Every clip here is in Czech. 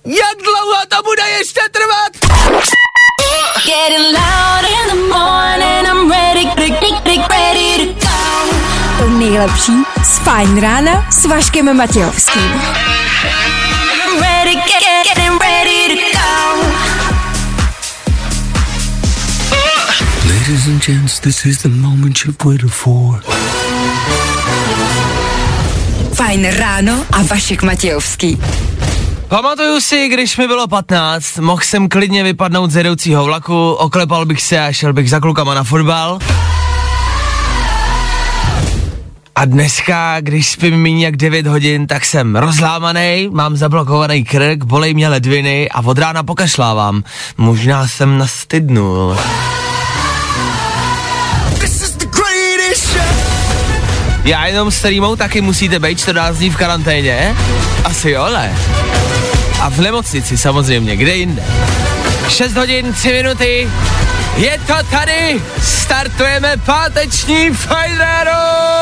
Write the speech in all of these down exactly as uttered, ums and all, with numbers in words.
Jak dlouho to bude ještě trvat? To nejlepší z Fajn rána s Vaškem Matějovským. Ladies and gents, this is the moment you've waited for. Fajn ráno a Vašek Matějovský. Pamatuju si, když mi bylo patnáct, mohl jsem klidně vypadnout z jedoucího vlaku, oklepal bych se a šel bych za klukama na fotbal. A dneska, když spím méně jak devět hodin, tak jsem rozlámanej, mám zablokovaný krk, bolej mě ledviny a od rána pokašlávám. Možná jsem nastydnul. Já jenom s Rýmou taky musíte být čtrnáct dní v karanténě? Asi jo, ne? A v nemocnici samozřejmě, kde jinde. šest hodin, tři minuty, je to tady, startujeme páteční Fajn ráno!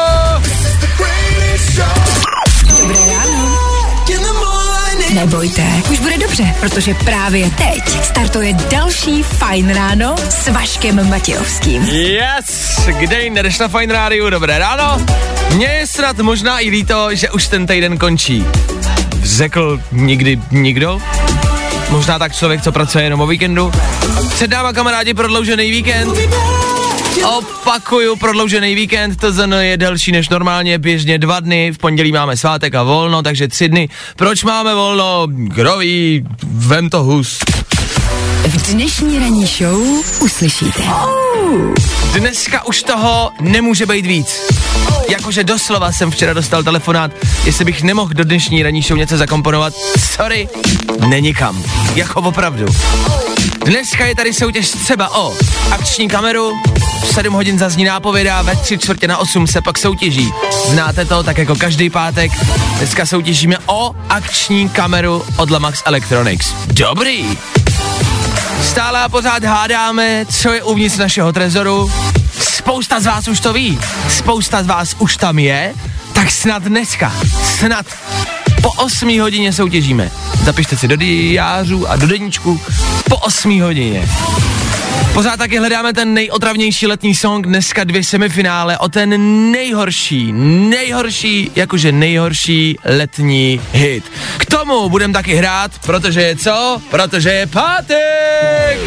Dobré ráno. Nebojte, už bude dobře, protože právě teď startuje další Fajn ráno s Vaškem Matějovským. Yes, kde jinde jdeš na Fajn rádiu, dobré ráno. Mně je snad možná i líto, že už ten týden končí. Řekl nikdy nikdo? Možná tak člověk, co pracuje jenom o víkendu. Před náma, kamarádi, prodloužený víkend. Opakuju, prodloužený víkend, to znamená je delší než normálně, běžně dva dny, v pondělí máme svátek a volno, takže tři dny. Proč máme volno? Kdo ví, vem to hus. V dnešní ranní show uslyšíte. Dneska už toho nemůže být víc. Jakože doslova jsem včera dostal telefonát, jestli bych nemohl do dnešní ranní show něco zakomponovat. Sorry, není kam. Jako opravdu. Dneska je tady soutěž třeba o akční kameru, v sedm hodin zazní nápověda, ve tři čtvrtě na osm se pak soutěží. Znáte to, tak jako každý pátek. Dneska soutěžíme o akční kameru od Lamax Electronics. Dobrý. Stále a pořád hádáme, co je uvnitř našeho trezoru. Spousta z vás už to ví, spousta z vás už tam je, tak snad dneska, snad po osmé hodině soutěžíme. Zapište si do diářů a do deníčku po osmé hodině. Pořád taky hledáme ten nejotravnější letní song, dneska dvě semifinále o ten nejhorší, nejhorší, jakože nejhorší letní hit. K tomu budeme taky hrát, protože je co? Protože je pátek!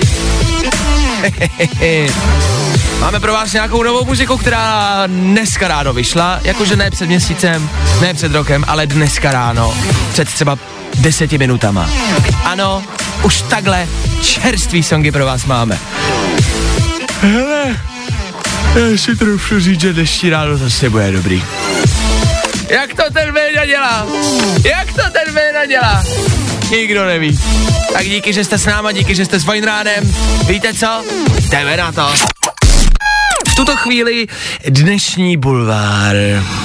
Máme pro vás nějakou novou muziku, která dneska ráno vyšla, jakože ne před měsícem, ne před rokem, ale dneska ráno, před třeba deseti minutama. Ano, už takhle čerstvý songy pro vás máme. Hele, já si troufnu říct, že dnešní ráno zase bude dobrý. Jak to ten Véňa dělá? Jak to ten Véňa dělá? Nikdo neví. Tak díky, že jste s náma, díky, že jste s Fajn ránem. Víte co? Jdeme na to. V tuto chvíli dnešní bulvár.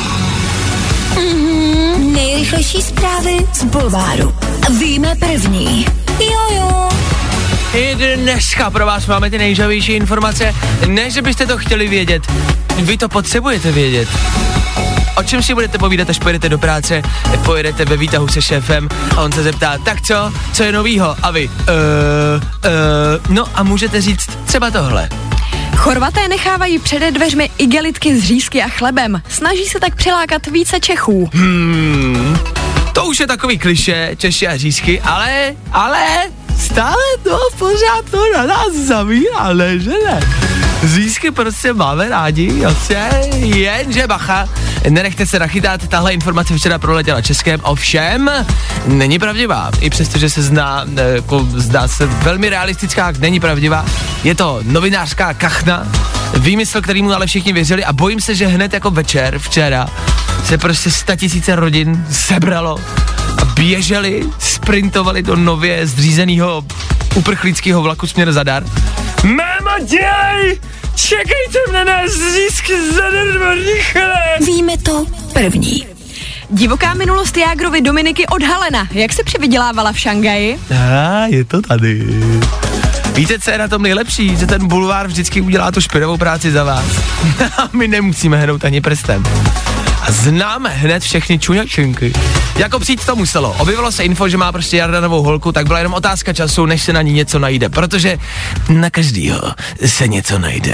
Mm-hmm, nejrychlejší zprávy z bulváru. Víme první. Jojo. I dneska pro vás máme ty nejžavější informace. Ne, že byste to chtěli vědět. Vy to potřebujete vědět. O čem si budete povídat, až pojedete do práce, pojedete ve výtahu se šéfem a on se zeptá, tak co, co je novýho? A vy, uh, uh, no a můžete říct třeba tohle. Chorvaté nechávají přede dveřmi igelitky s řízky a chlebem. Snaží se tak přilákat více Čechů. Hmm, to už je takový klišé, Češi a řízky, ale, ale, stále to pořád to na nás zamírá, ne, že ne? Řízky prostě máme rádi, jasně, jenže bacha, nenechte se nachytat, tahle informace včera proletěla Českém, ovšem není pravdivá, i přesto, že se zná, jako zdá se velmi realistická, není pravdivá, je to novinářská kachna, výmysl, kterýmu ale všichni věřili a bojím se, že hned jako večer, včera, se prostě statisíce rodin sebralo a běželi, sprintovali do nově zřízeného uprchlického vlaku směr Zadar. Máma, děj! Čekejte na nás, řízky zadarmo, rychle! Víme to první. Divoká minulost Jágrovy Dominiky odhalena. Jak se přivydělávala v Šangaji? A je to tady. Víte, co je na tom nejlepší? Že ten bulvár vždycky udělá tu špinavou práci za vás. A my nemusíme hnout ani prstem. A známe hned všechny čuňačinky. Jako přijít to muselo. Objevilo se info, že má prostě Jarda novou holku, tak byla jenom otázka času, než se na ní něco najde. Protože na každýho se něco najde.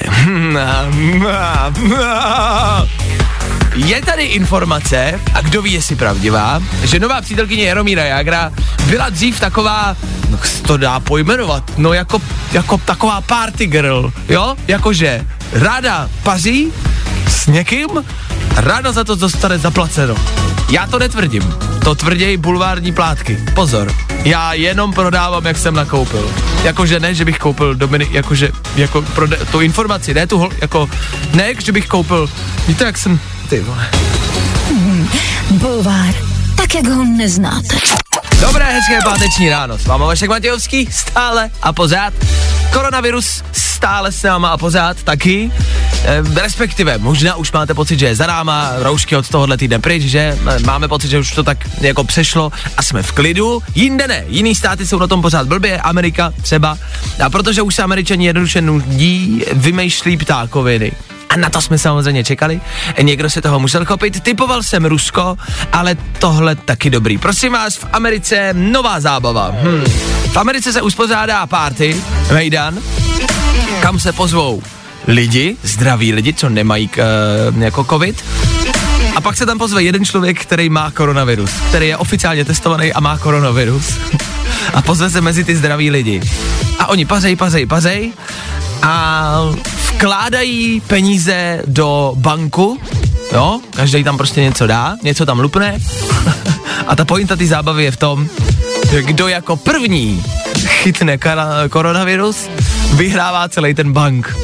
Je tady informace, a kdo ví, jestli pravdivá, že nová přítelkyně Jaromíra Jágra byla dřív taková, no to dá pojmenovat, no jako, jako taková party girl, jo? Jakože ráda paří s někým, ráda za to dostane zaplaceno. Já to netvrdím, to tvrději bulvární plátky. Pozor, já jenom prodávám, jak jsem nakoupil. Jakože ne, že bych koupil Dominik, jakože, jako prode, tu informaci, ne tu hol, jako, ne, že bych koupil, víte, jak jsem, ty vole. Hmm, bulvár, tak jak ho neznáte. Dobré, hezké páteční ráno, s váma Vašek Matějovský, stále a pořád. Koronavirus stále s náma a pořád taky, e, respektive možná už máte pocit, že je za náma, roušky od tohohle týdne pryč, že máme pocit, že už to tak jako přešlo a jsme v klidu, jinde ne, jiný státy jsou na tom pořád blbě, Amerika třeba, a protože už se Američani jednoduše nudí, vymýšlí ptákoviny. A na to jsme samozřejmě čekali, někdo se toho musel chopit, typoval jsem Rusko, ale tohle taky dobrý. Prosím vás, v Americe nová zábava. Hm. V Americe se uspořádá party, mejdan, kam se pozvou lidi, zdraví lidi, co nemají k, jako covid. A pak se tam pozve jeden člověk, který má koronavirus, který je oficiálně testovaný a má koronavirus. A pozve se mezi ty zdraví lidi. A oni pařej, pařej, pařej a vkládají peníze do banku, jo, každý tam prostě něco dá, něco tam lupne a ta pointa té zábavy je v tom, že kdo jako první chytne kara- koronavirus, vyhrává celý ten bank.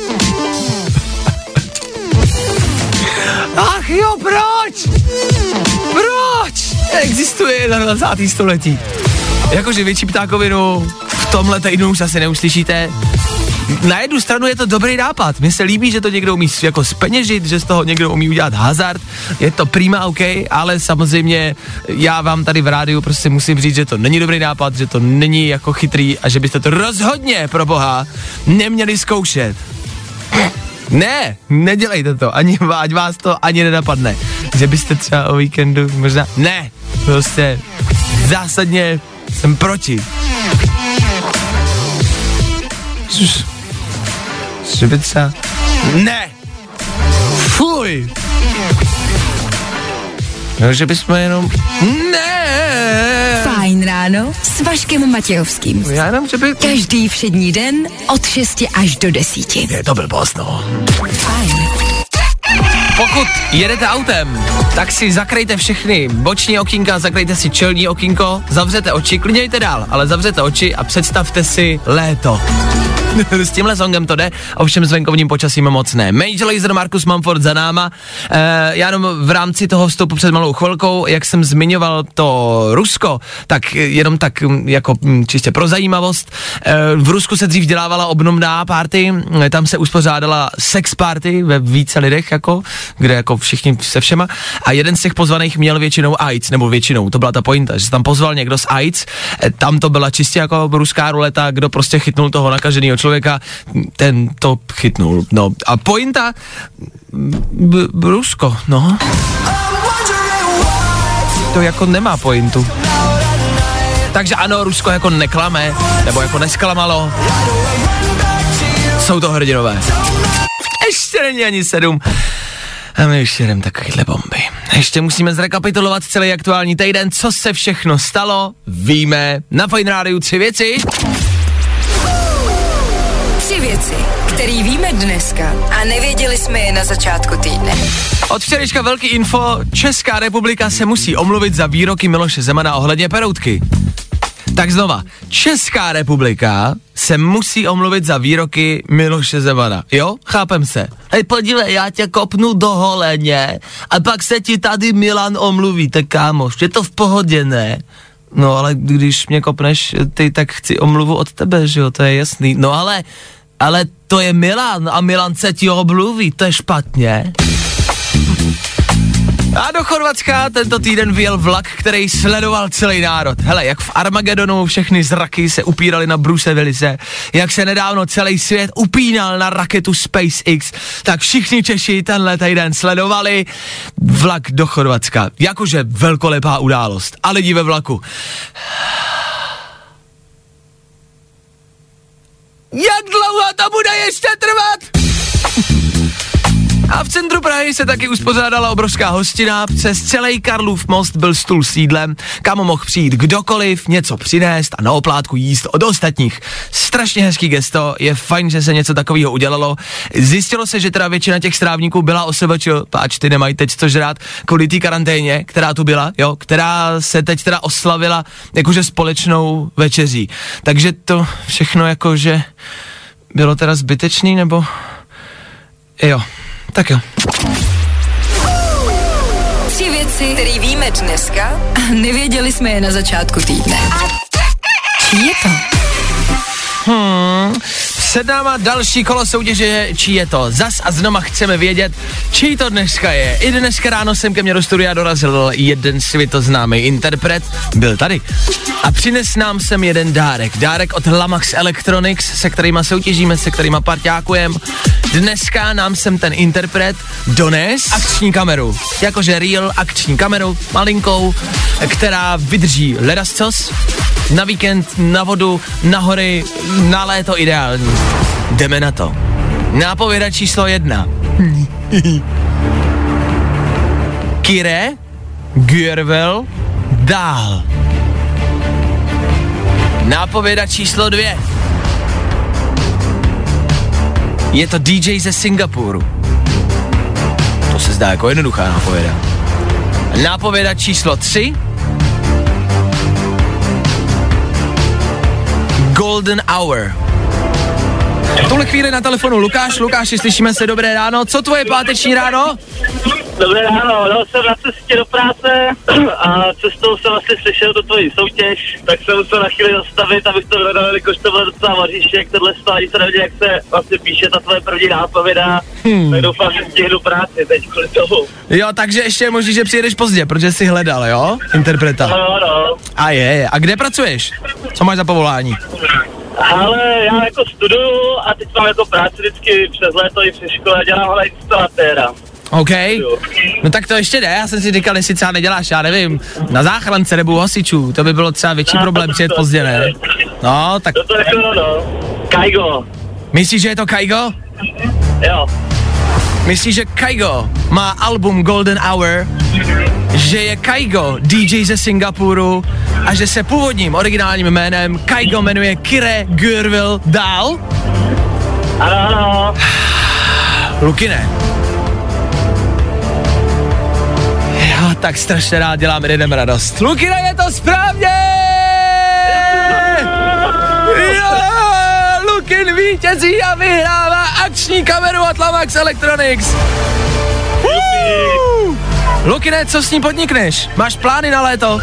Ach jo, proč? Proč? Existuje dvacátého století. Jakože větší ptákovinu v tomhle týdnu už asi neuslyšíte. Na jednu stranu je to dobrý nápad. Mně se líbí, že to někdo umí jako zpeněžit, že z toho někdo umí udělat hazard. Je to prima, OK, ale samozřejmě já vám tady v rádiu prostě musím říct, že to není dobrý nápad, že to není jako chytrý a že byste to rozhodně, pro boha, neměli zkoušet. Ne, nedělejte to, ani, ať vás to ani nenapadne. Že byste třeba o víkendu možná, ne, prostě zásadně jsem proti. Že by třeba, ne, fuj. No, že bychom jenom, ne. Fajn ráno s Vaškem Matějovským. Já jenom, že by... Každý všední den od šesti až do desíti. Je to blbost, no. Fajn. Pokud jedete autem, tak si zakrejte všechny boční okýnka, zakrejte si čelní okýnko, zavřete oči, klidně jděte dál, ale zavřete oči a představte si léto. S tímhle songem to jde, ovšem s venkovním počasím moc ne. Major Lazer, Marcus Mumford za náma. E, já jenom v rámci toho vstupu před malou chvilkou, jak jsem zmiňoval to Rusko, tak jenom tak jako čistě pro zajímavost. E, v Rusku se dřív dělávala obnovná party, tam se uspořádala sex party ve více lidech, jako, kde jako všichni se všema. A jeden z těch pozvaných měl většinou AIDS, nebo většinou, to byla ta pointa, že se tam pozval někdo z AIDS, e, tam to byla čistě jako ruská ruleta, kdo prostě chytnul toho nakaženého člověka, ten to chytnul, no. A pointa, b- b- Rusko, no. To jako nemá pointu. Takže ano, Rusko jako neklame, nebo jako nesklamalo. Jsou to hrdinové. Ještě není ani sedm. A my už jedeme takovýhle bomby. Ještě musíme zrekapitulovat celý aktuální týden, co se všechno stalo. Víme na Fajn rádiu tři věci. Tři věci, které víme dneska a nevěděli jsme je na začátku týdne. Od včerejška velký info, Česká republika se musí omluvit za výroky Miloše Zemana ohledně peroutky. Tak znova, Česká republika se musí omluvit za výroky Miloše Zemana. Jo, chápem se. Hej, podívej, já tě kopnu do holeně a pak se ti tady Milan omluví, tak kámoš, je to v pohodě, ne? No ale když mě kopneš ty, tak chci omluvu od tebe, že jo, to je jasný. No ale, ale to je Milan a Milan se ti omluví, to je špatně. A do Chorvatska tento týden vyjel vlak, který sledoval celý národ. Hele, jak v Armagedonu všechny zraky se upíraly na Bruce Willise, jak se nedávno celý svět upínal na raketu SpaceX, tak všichni Češi tenhle týden sledovali vlak do Chorvatska. Jakože velkolepá událost. A lidi ve vlaku. Jak dlouho to bude ještě trvat? A v centru Prahy se taky uspořádala obrovská hostina, přes celý Karlův most byl stůl s jídlem, kam mohl přijít kdokoliv, něco přinést a na oplátku jíst od ostatních. Strašně hezký gesto, je fajn, že se něco takového udělalo. Zjistilo se, že teda většina těch strávníků byla O S V Č, páč ty nemají teď co žrát, kvůli té karanténě, která tu byla, jo, která se teď teda oslavila jakože společnou večeří. Takže to všechno jakože bylo teda zbytečný, nebo jo. Tak jo. Tři věci, které víme dneska a nevěděli jsme je na začátku týdne. Čí je to? Hmm, před náma další kolo soutěže, čí je to. Zas a znova chceme vědět, čí to dneska je. I dneska ráno sem ke mně do studia dorazil jeden světoznámý interpret, byl tady. A přines nám sem jeden dárek. Dárek od Lamax Electronics, se kterýma soutěžíme, se kterýma parťákujeme. Dneska nám sem ten interpret dones akční kameru. Jakože real akční kameru, malinkou, která vydrží ledascos, na víkend, na vodu, na hory, na léto ideální. Jdeme na to. Nápověda číslo jedna. Kire Guervel dál. Nápověda číslo dvě. Je to D J ze Singapuru. To se zdá jako jednoduchá nápověda. Nápověda číslo tři. Golden Hour. V tuhle chvíli na telefonu Lukáš. Lukáši, slyšíme se, dobré ráno. Co tvoje páteční ráno? Dobré ráno, no, jsem na cestě do práce a cestou jsem asi slyšel do tvojí soutěž, tak jsem musel na chvíli zastavit, abych to hledal, jakož to bylo docela vaříšek, tohle stání se nevěděl, jak se vlastně píše ta tvoje první nápověda, hmm. tak doufám, že stihnu práci teď kvůli tomu. Jo, takže ještě je možný, že přijedeš pozdě, protože jsi hledal, jo, interpreta. No, no. A je, a kde pracuješ? Co máš za povolání? Ale já jako studuju a teď mám jako práci vždycky přes léto i přes škole, dělám ale instalatéra. OK, no tak to ještě jde, já jsem si říkal, jestli třeba neděláš, já nevím, na záchrance nebo u hasičů, to by bylo třeba větší no, problém přijet pozdě, ne? No, tak... To to jako no, no. Kaigo. Myslíš, že je to Kaigo? Jo. Myslíš, že Kaigo má album Golden Hour, že je Kaigo D J ze Singapuru a že se původním originálním jménem Kaigo jmenuje Kire Guervel dál? Ano, ano. Lukine. Jo, tak strašně rád děláme lidem radost. Lukine, je to správně! Jo, Lukin vítězí a vyhrává akční kameru od Lamax Electronics. Uh! Lukine, co s ním podnikneš? Máš plány na léto?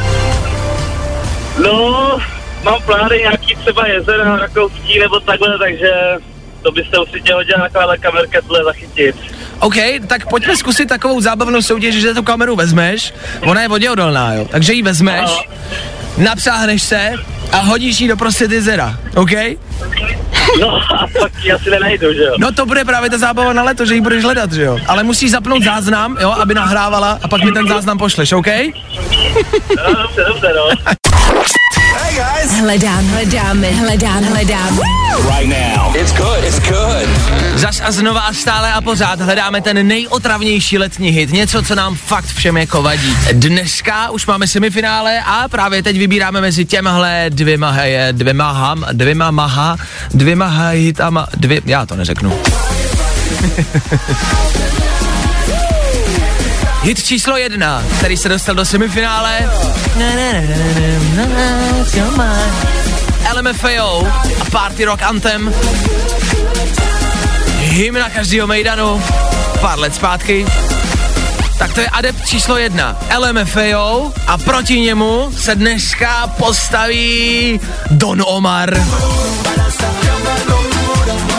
No, mám plány nějaký třeba jezera rakouský nebo takhle, takže to by se určitě hodila taková kamerka tohle zachytit. OK, tak pojďme zkusit takovou zábavnou soutěž, že tu kameru vezmeš, ona je voděodolná, jo, takže ji vezmeš, no. Napřáhneš se a hodíš ji do prostřed jezera, OK? No a pak ji asi nenajdu, že jo? No to bude právě ta zábava na leto, že ji budeš hledat, že jo? Ale musíš zapnout záznam, jo, aby nahrávala a pak mi ten záznam pošleš, OK? No, dobře, dobře, no. Hey guys. Hledám, hledáme, hledám, hledáme. Right now. It's good, it's good. Zas a znova a stále a pořád hledáme ten nejotravnější letní hit, něco, co nám fakt všem jako vadí. Dneska už máme semifinále a právě teď vybíráme mezi těmhle dvěma heje, dvěma ham, dvěma maha, dvěma hitama, dvě, já to neřeknu. Hit číslo jedna, který se dostal do semifinále. L M F A O a Party Rock Anthem. Hymna každýho mejdanu. Pár let zpátky. Tak to je adept číslo jedna. L M F A O a proti němu se dneska postaví Don Omar.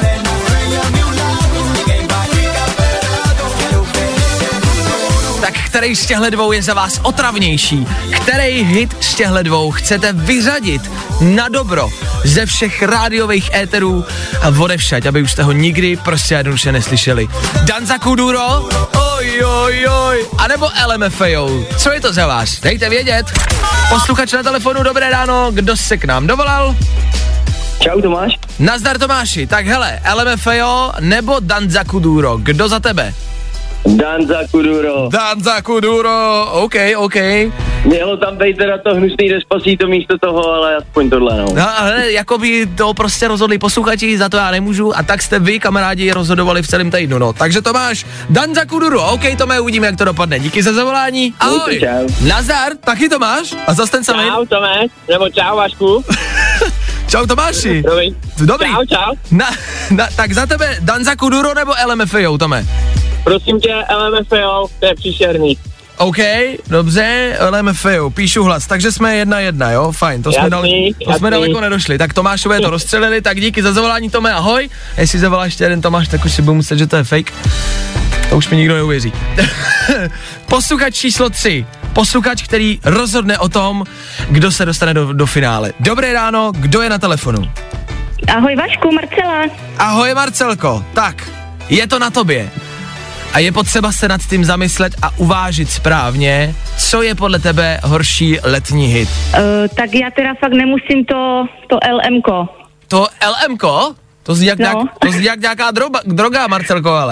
Tak který z těchto dvou je za vás otravnější, který hit z těchto dvou chcete vyřadit na dobro ze všech rádiových éterů a odevšať, aby už jste ho nikdy prostě jednoduše neslyšeli. Danza Kuduro, oj, oj, oj, anebo L M F A O, co je to za vás? Dejte vědět. Posluchač na telefonu, dobré ráno, kdo se k nám dovolal? Čau Tomáš. Nazdar Tomáši, tak hele, L M F A O nebo Danza Kuduro, kdo za tebe? Danza Kuduro. Danza Kuduro, OK, OK. Mělo tam být teda to hnusný Despacito místo toho, ale aspoň tohle, no. No ale jako by to prostě rozhodli posluchači, za to já nemůžu a tak jste vy, kamarádi, rozhodovali v celém týdnu, no. Takže Tomáš, Danza Kuduro, OK, Tome, uvidíme, jak to dopadne. Díky za zavolání, ahoj. Čau. Nazdar, taky Tomáš? A zas ten samý? Čau Tome, nebo čau Vašku. Čau Tomáši. Dobrý. Dobrý. Čau, čau. Na, na, tak za tebe Danza Kuduro nebo L M F A O, Tome? Prosím tě, L M F A O, to je příšerný. OK, dobře, L M F A O, píšu hlas, takže jsme jedna jedna, jo, fajn, to, jasný, jsme, dali, to jsme daleko nedošli, tak Tomášové to rozstřelili, tak díky za zavolání, Tome, ahoj, jestli zavolá ještě jeden Tomáš, tak už si budu myslet, že to je fake, to už mi nikdo neuvěří. Posluchač číslo tři, posluchač, který rozhodne o tom, kdo se dostane do, do finále. Dobré ráno, kdo je na telefonu? Ahoj Vašku, Marcela. Ahoj Marcelko, tak, je to na tobě. A je potřeba se nad tím zamyslet a uvážit správně, co je podle tebe horší letní hit. Uh, tak já teda fakt nemusím to, to LMko. To LMko? To zní jak, no. nějak, to zní jak nějaká droga, droga, Marcelko, ale.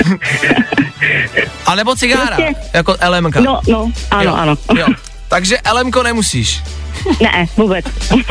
A nebo cigára, prostě, jako LMka. No, no, ano, jo, ano. Jo. Takže LMko nemusíš. Ne, vůbec.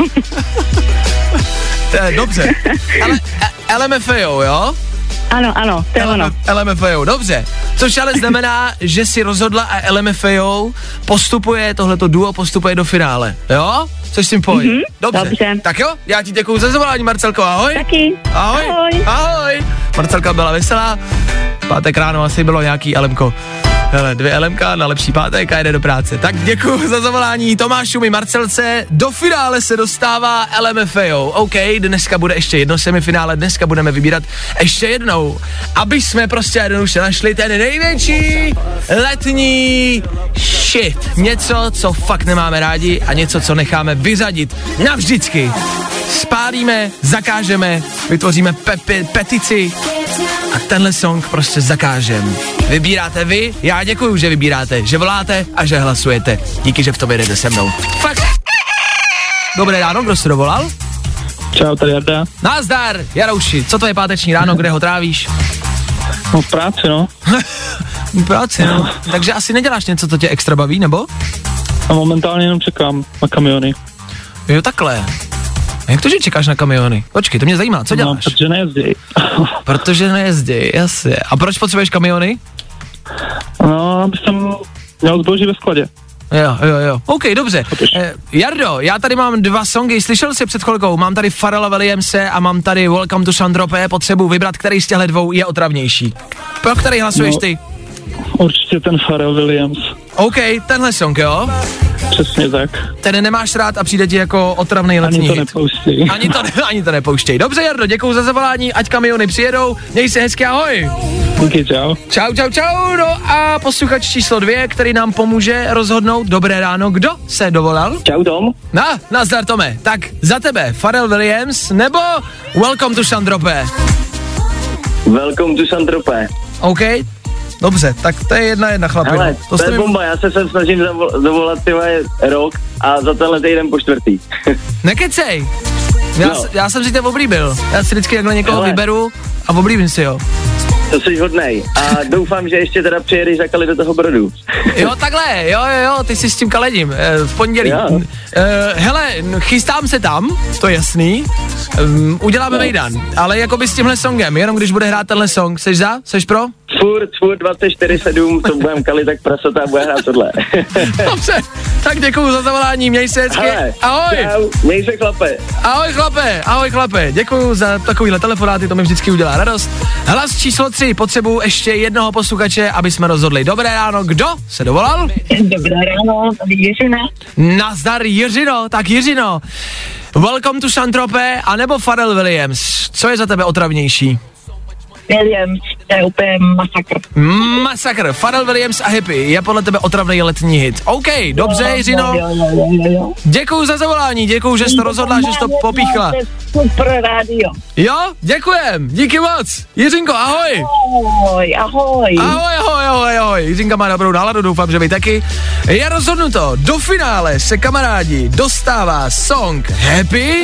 To je dobře. Ale L M F A O, jo? Ano, ano, to je ono. L M F A O, dobře. Což ale znamená, že si rozhodla a L M F A O postupuje, tohleto duo postupuje do finále, jo? Což si pojď. Mm-hmm, dobře. dobře. Tak jo, já ti děkuju za zavolání, Marcelko, ahoj. Taky. Ahoj. Ahoj. Ahoj. Marcelka byla veselá, pátek ráno asi bylo nějaký LMko. Hele, dvě LMK na lepší pátek a jde do práce. Tak děkuji za zavolání Tomášu mi Marcelce. Do finále se dostává L M F A O. OK, dneska bude ještě jedno semifinále, dneska budeme vybírat ještě jednou, aby jsme prostě jednoduše našli ten největší letní shit. Něco, co fakt nemáme rádi a něco, co necháme vyřadit navždycky. Spálíme, zakážeme, vytvoříme pe- petici a tenhle song prostě zakážem. Vybíráte vy, já děkuju, že vybíráte, že voláte a že hlasujete. Díky, že v tom jedete se mnou. Fakt. Dobré ráno, kdo jsi dovolal? Čau, tady Jarda. Nazdar, Jarouši, co to je páteční ráno, kde ho trávíš? No v práci, no. V práci, no. Takže asi neděláš něco, co tě extra baví, nebo? A momentálně jenom čekám na kamiony. Jo, takhle. A jak to, že čekáš na kamiony? Počkej, to mě zajímá, co děláš? No, protože nejezdí. Protože nejezdí, jasně. A proč potřebuješ kamiony? No, aby jsem měl zboží ve skladě. Jo, jo, jo. OK, dobře. Eh, Jardo, já tady mám dva songy, slyšel jsi před chvilkou, mám tady Pharrella Williamse a mám tady Welcome to Saint-Tropez, potřebuji vybrat, který z těchto dvou je otravnější. Pro který hlasuješ no, ty? Určitě ten Pharrell Williams. OK, tenhle song, jo? Přesně tak. Ten nemáš rád a přijde ti jako otravný letní Ani to hit. nepouštěj. Ani to, ne, ani to nepouštěj. Dobře, Jardo, děkuju za zavolání, ať kamiony přijedou, měj se hezky, ahoj. Díky, čau. Čau, čau, čau, no a posluchač číslo dvě, který nám pomůže rozhodnout, dobré ráno, kdo se dovolal? Čau Tom. Na, nazdar Tome, tak za tebe Pharrell Williams nebo Welcome to Saint-Tropez? Welcome to Saint-Tropez. OK, dobře, tak to je jedna jedna chlapi. Hele, to, to je mi... bomba, já se sem snažím zavol- zavolat ty rok a za tenhle týden po čtvrtý. Nekecej, já, no. já jsem si tě oblíbil, já si vždycky takhle někoho Hele. vyberu a oblíbím si ho. To jsi hodnej a doufám, že ještě teda přijedeš za Kali do toho Brodu. Jo, takhle, jo, jo, jo, ty jsi s tím kaledím, eh, v pondělí. Jo. Eh, hele, chystám se tam, to je jasný, um, uděláme no. mejdan, ale jakoby s tímhle songem, jenom když bude hrát tenhle song, seš za, seš pro? Furt, furt dvacet čtyři sedm, to budem Kali tak prasota a bude hrát tohle. Dobře, tak děkuju za zavolání, měj se hezky, Hele, ahoj. Čau, měj se chlape. Ahoj chlape, ahoj chlape, děkuju za takovýhle telefonáty, to mi vždycky udělá radost. Hlas číslo tři, potřebuju ještě jednoho posluchače, aby jsme rozhodli. Dobré ráno, kdo se dovolal? Dobré ráno, tady Jiřina. Nazdar Jiřino, tak Jiřino, Welcome to Saint-Tropez, anebo Pharrell Williams, co je za tebe otravnější? Williams. to je úplně masakr. Masakr, Pharrell Williams a Happy je podle tebe otravný letní hit. OK, dobře, Jiřino. Jo, jo, jo, jo, jo. Děkuju za zavolání, děkuju, že jsi to rozhodla, že jsi to popíchla. Super rádio. Jo, děkujem, díky moc. Jiřinko, ahoj. Ahoj, ahoj. Ahoj, ahoj, ahoj, ahoj. Jiřinka má dobrou náladu, doufám, že vy taky. Je rozhodnuto, do finále se, kamarádi, dostává song Happy.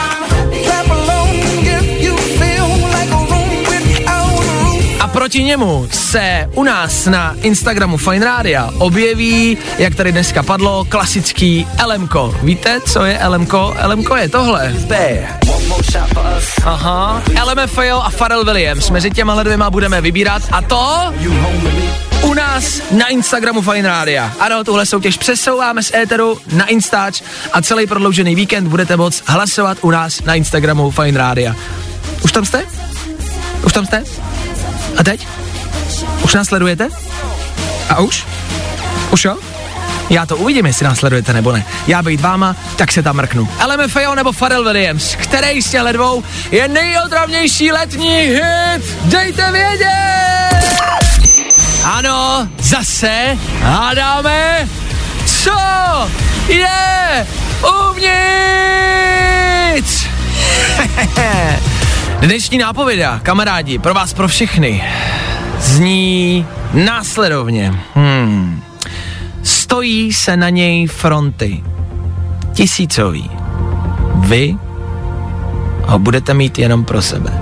A proti němu se u nás na Instagramu Fine Rádia objeví, jak tady dneska padlo, klasický LMko. Víte, co je LMko? LMko je tohle. Aha, L M F A O a Pharrell Williams. Mezi těma dvěma budeme vybírat a to u nás na Instagramu Fine Rádia. Ano, tuhle soutěž přesouváme z éteru na Instač a celý prodloužený víkend budete moct hlasovat u nás na Instagramu Fine Rádia. Už tam jste? Už tam jste? A teď? Už nás sledujete? A už? Už jo? Já to uvidím, jestli nás sledujete nebo ne. Já bejt váma, tak se tam mrknu. L M F A O nebo Pharrell Williams, který z těchto dvou je nejotravnější letní hit? Dejte vědět! Ano, zase hádáme, co je uvnitř. Dnešní nápověda, kamarádi, pro vás, pro všechny, zní následovně. Hmm. Stojí se na něj fronty. Tisícový. Vy ho budete mít jenom pro sebe.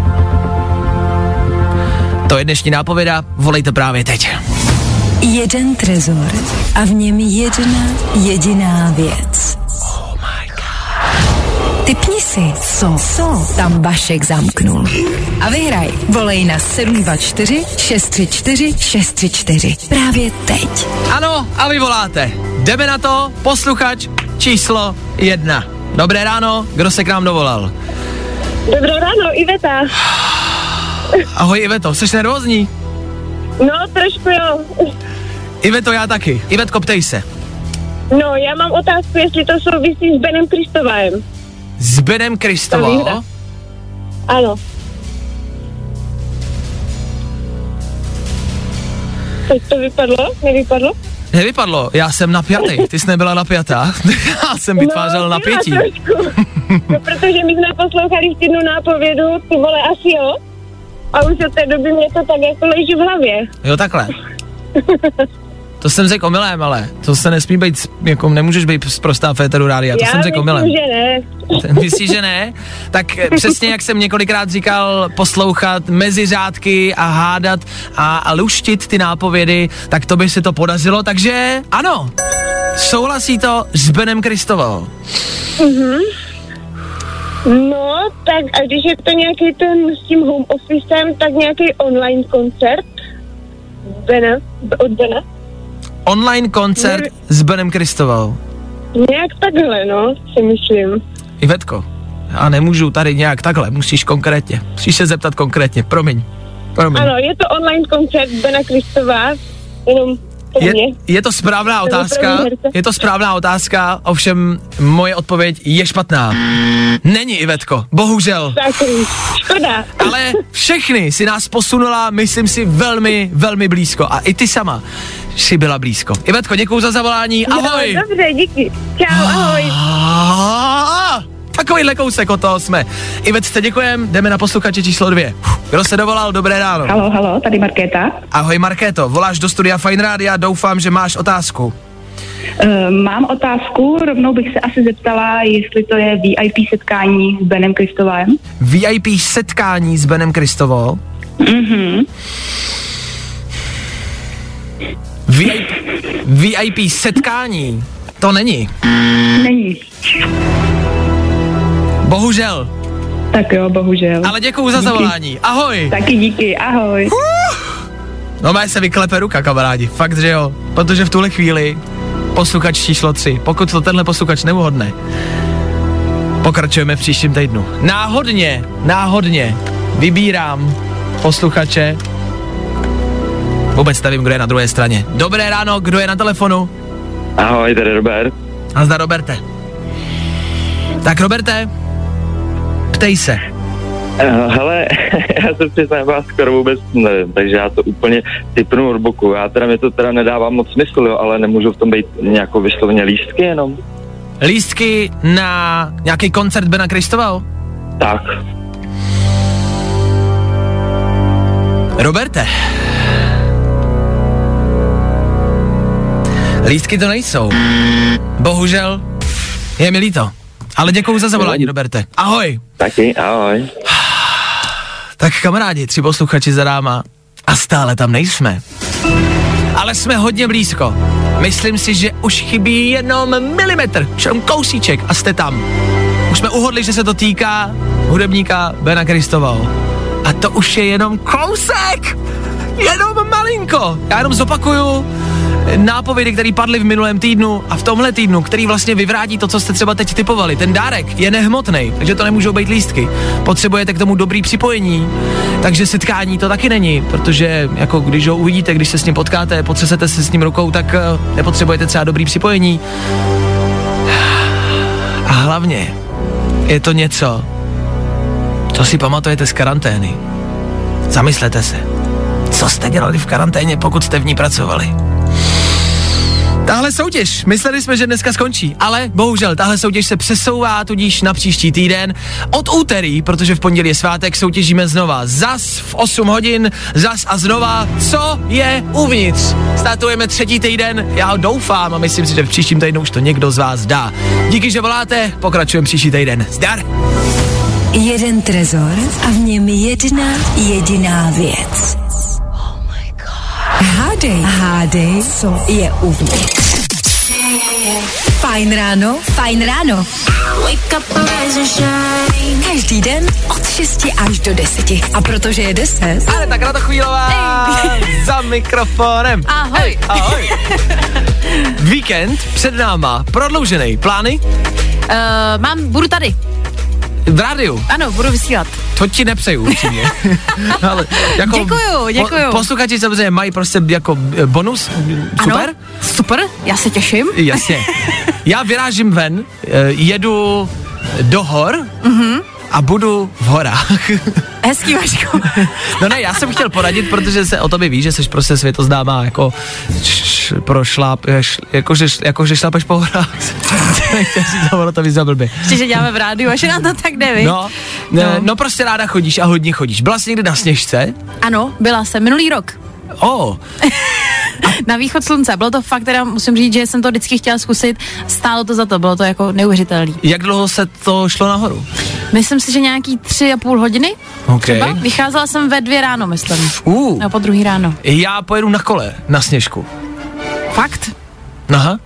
To je dnešní nápověda, volejte právě teď. Jeden trezor a v něm jedna jediná věc. Oh my God. Tipni si, co, co tam Vašek zamknul. A vyhraj. Volej na sedm dva čtyři šest tři čtyři šest tři čtyři. Právě teď. Ano, a vy voláte. Jdeme na to, posluchač číslo jedna. Dobré ráno, kdo se k nám dovolal? Dobré ráno, Iveta. Ahoj Iveto, jsi nervózní? No, trošku jo. Iveto, já taky. Ivetko, ptej se. No, já mám otázku, jestli to souvisí s Benem Kristovajem. S Benem Kristoval? Ano. Teď to vypadlo? Nevypadlo? Nevypadlo, já jsem napjatý, ty jsi nebyla napjatá, já jsem vytvářel no, napětí. No, no, protože my jsme poslouchali v týdnu nápovědu, ty vole, asi jo. A už od té doby mě to tak jako leží v hlavě. Jo, takhle. To jsem řekl omylem, ale to se nesmí být, jako nemůžeš být prostá féteru rádia, to já jsem řekl omylem. Já myslím, že ne. Myslíš, že ne? Tak přesně jak jsem několikrát říkal, poslouchat mezi řádky a hádat a, a luštit ty nápovědy, tak to by se to podařilo, takže ano, souhlasí to s Benem Kristovou. Mhm. No, tak a když je to nějaký ten s tím home officem, tak nějaký online koncert Bena, od Bena? Online koncert ne, s Benem Kristovou. Nějak takhle, no, si myslím. Ivetko, já nemůžu tady nějak takhle, musíš konkrétně, musíš se zeptat konkrétně, promiň, promiň. Ano, je to online koncert Bena Kristova, jenom je, je to správná otázka, je to správná otázka, ovšem moje odpověď je špatná. Není, Ivetko, bohužel. Tak, škoda. Ale všechny si nás posunula, myslím si, velmi, velmi blízko a i ty sama jsi byla blízko. Ivetko, děkuju za zavolání, ahoj. No, dobře, díky, čau, ahoj. Takovýhle kousek od toho jsme. Ivetce, děkujem, jdeme na posluchače číslo dvě. Kdo se dovolal, dobré ráno. Halo, halo, tady Markéta. Ahoj Markéto, voláš do studia Fine Rádia, doufám, že máš otázku. Uh, mám otázku, rovnou bych se asi zeptala, jestli to je V I P setkání s Benem Kristovem. V I P setkání s Benem Kristovou? Mhm. V I P, V I P setkání? To není. Není. Bohužel. Tak jo, bohužel. Ale děkuju za zavolání. Ahoj. Taky díky, ahoj. Uh. No má se vyklepe ruka, kamarádi. Fakt, že jo. Protože v tuhle chvíli posluchač číslo tři. Pokud to tenhle posluchač neuhodne, pokračujeme v příštím týdnu. Náhodně, náhodně vybírám posluchače. Vůbec nevím, kdo je na druhé straně. Dobré ráno, kdo je na telefonu? Ahoj, tady Robert. A zdar, Roberte. Tak Roberte, ptej se. Uh, hele, já se přiznám, vás skoro vůbec nevím, takže já to úplně typnu od boku. Já teda, mi to teda nedává moc smysl, jo, ale nemůžu v tom být nějakou vysloveně lístky jenom. Lístky na nějaký koncert Bena Kristova? Tak. Roberte. Lístky to nejsou. Bohužel. Je mi líto. Ale děkuju za zavolání, Roberte. Ahoj. Taky, ahoj. Tak kamarádi, tři posluchači za náma. A stále tam nejsme. Ale jsme hodně blízko. Myslím si, že už chybí jenom milimetr, jenom kousíček a jste tam. Už jsme uhodli, že se to týká hudebníka Bena Kristova. A to už je jenom kousek! Jenom malinko! Já jenom zopakuju nápovědy, které padly v minulém týdnu a v tomhle týdnu, který vlastně vyvrátí to, co jste třeba teď typovali. Ten dárek je nehmotný, takže to nemůžou být lístky. Potřebujete k tomu dobrý připojení, takže setkání to taky není, protože jako když ho uvidíte, když se s ním potkáte, potřesete se s ním rukou, tak uh, nepotřebujete třeba dobrý připojení. A hlavně je to něco, co si pamatujete z karantény. Zamyslete se, co jste dělali v karanténě, pokud jste v ní pracovali. Tahle soutěž, mysleli jsme, že dneska skončí, ale bohužel tahle soutěž se přesouvá tudíž na příští týden. Od úterý, protože v pondělí je svátek, soutěžíme znova. Zas v osm hodin, zas a znova, co je uvnitř. Startujeme třetí týden, já ho doufám a myslím si, že v příštím týdnu už to někdo z vás dá. Díky, že voláte, pokračujeme příští týden. Zdar! Jeden trezor a v něm jedna jediná věc. Hádej, hádej, co je uvnitř. Fajn ráno, fajn ráno. Každý den od šesti až do deseti. A protože je deset... Ale tak Kratochvílová za mikrofonem. Ahoj. Ahoj. Víkend před náma, prodloužený. Plány? Uh, mám, budu tady. V rádiu? Ano, budu vysílat. To ti nepřeju určitě. Ale jako děkuju, děkuju. Po, posluchači samozřejmě mají prostě jako bonus. Super? Ano, super, já se těším. Jasně. Já vyrážím ven, jedu do hor mm-hmm. a budu v horách. Hezký, Vaško. No ne, já jsem chtěl poradit, protože se o tobě ví, že jsi prostě světoznámá jako š, prošláp, š, jako, že, jako že šlápeš po horách. Nechtěl si to, ono to víc za blbě. Ještě, že děláme v rádiu, až nám to tak jde, víš? No, no. no prostě ráda chodíš a hodně chodíš. Byla jsi někdy na Sněžce? Ano, byla jsem minulý rok. Oh. Na východ slunce. Bylo to fakt, teda musím říct, že jsem to vždycky chtěla zkusit. Stálo to za to, bylo to jako neuvěřitelný. Jak dlouho se to šlo nahoru? Myslím si, že nějaký tři a půl hodiny. Okay. Třeba. Vycházela jsem ve dvě ráno, myslím. Uh. No, po druhý ráno. Já pojedu na kole na Sněžku. Fakt? Aha.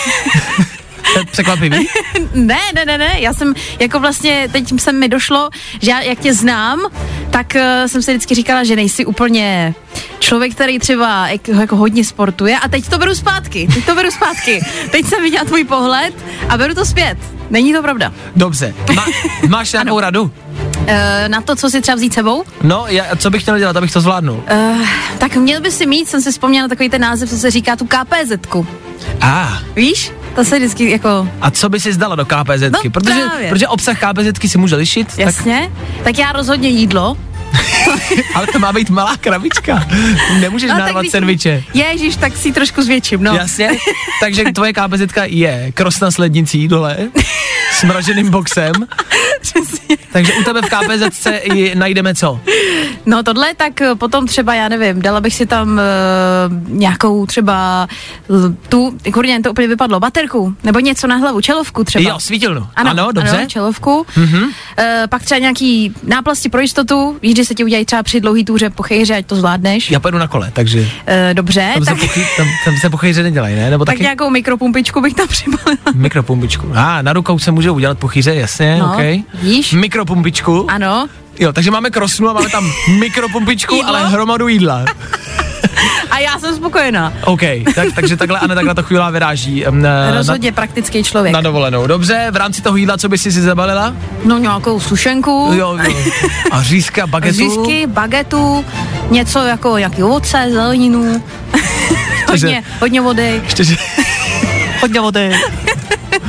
Překvapivý? ne, ne, ne, ne, já jsem, jako vlastně, teď se mi došlo, že já, jak tě znám, tak uh, jsem si vždycky říkala, že nejsi úplně člověk, který třeba jako, jako hodně sportuje a teď to beru zpátky, teď to beru zpátky. Teď jsem viděla tvůj pohled a beru to zpět. Není to pravda. Dobře. Ma, máš nějakou ano. radu? Uh, na to, co si třeba vzít sebou? No, já, co bych chtěl dělat, abych to zvládnul? Uh, tak měl by si mít, jsem si vzpomněla takový ten název, co se říká tu KPZku. A. Ah. Víš? To se vždycky jako... A co by si zdala do KPZky? No, protože, protože obsah KPZky si může lišit. Jasně. Tak, tak já rozhodně jídlo. Ale to má být malá krabička. Nemůžeš no, narvat sendviče. Ježiš, tak si trošku zvětším, no. Jasně. Takže tvoje KPZka je kros na slednicí dole, s mraženým boxem. Přesně. Takže u tebe v KPZce najdeme co? No tohle, tak potom třeba, já nevím, dala bych si tam uh, nějakou třeba uh, tu, kurně, to úplně vypadlo, baterku, nebo něco na hlavu, čelovku třeba. Jo, svítilnu. Ano, ano, dobře. Ano, čelovku. Mm-hmm. Uh, pak třeba nějaký náplasti pro jistotu, víš, že se ti udělají třeba při dlouhý túře po chejře, ať to zvládneš. Já pojedu na kole, takže... Uh, dobře. Tam, tak... se pochy, tam, tam se po chejře nedělají, ne? Nebo tak taky? nějakou mikropumpičku bych tam přibalila. Mikropumpičku. A, ah, na rukou se můžou udělat po chýře, jasně, no, okej. Okay. Víš? Mikropumpičku. Ano. Jo, takže máme krosnu a máme tam mikropumpičku, ale hromadu jídla. A já jsem spokojená. OK, tak, takže takhle Aneta Kratochvílová vyráží. Um, Rozhodně na, praktický člověk. Na dovolenou, dobře. V rámci toho jídla, co by si si zabalila? No nějakou sušenku. Jo, jo. A řízka, bagetu. Řízky, bagetu, něco jako nějaký ovoce, zeleninu. hodně, hodně vody. Ještě, že... hodně vody.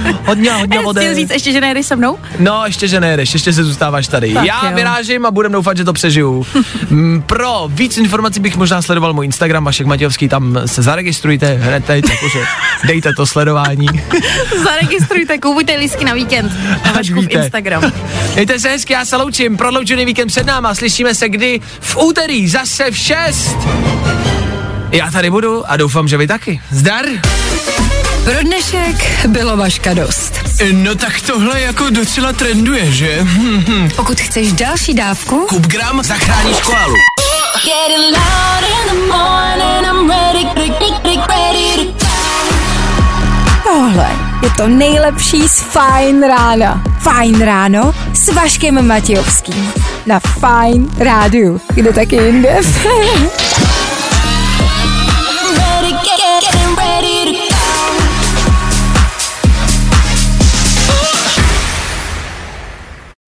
Hodně, hodně vody. Chtěl říct ještě, že nejedeš se mnou? No, ještě, že nejedeš, ještě se zůstáváš tady. Tak Já jo. vyrážím a budem doufat, že to přežiju. Mm, Pro víc informací bych možná sledoval můj Instagram, Vašek Matějovský, tam se zaregistrujte hned teď, jakože dejte to sledování. Zaregistrujte, kupujte lístky na víkend na Vaškův Instagram. Mějte se hezky, já se loučím, prodloužený víkend před náma, slyšíme se kdy? V úterý, zase v šest. Já tady budu a doufám, že vy taky. Zdar! Pro dnešek bylo Vaška dost. No tak tohle jako docela trenduje, že? Pokud chceš další dávku, Kup gram, zachráníš koalu. tohle je to nejlepší z Fajn rána. Fajn ráno s Vaškem Matějovským. Na Fajn rádiu. Kde taky jinde?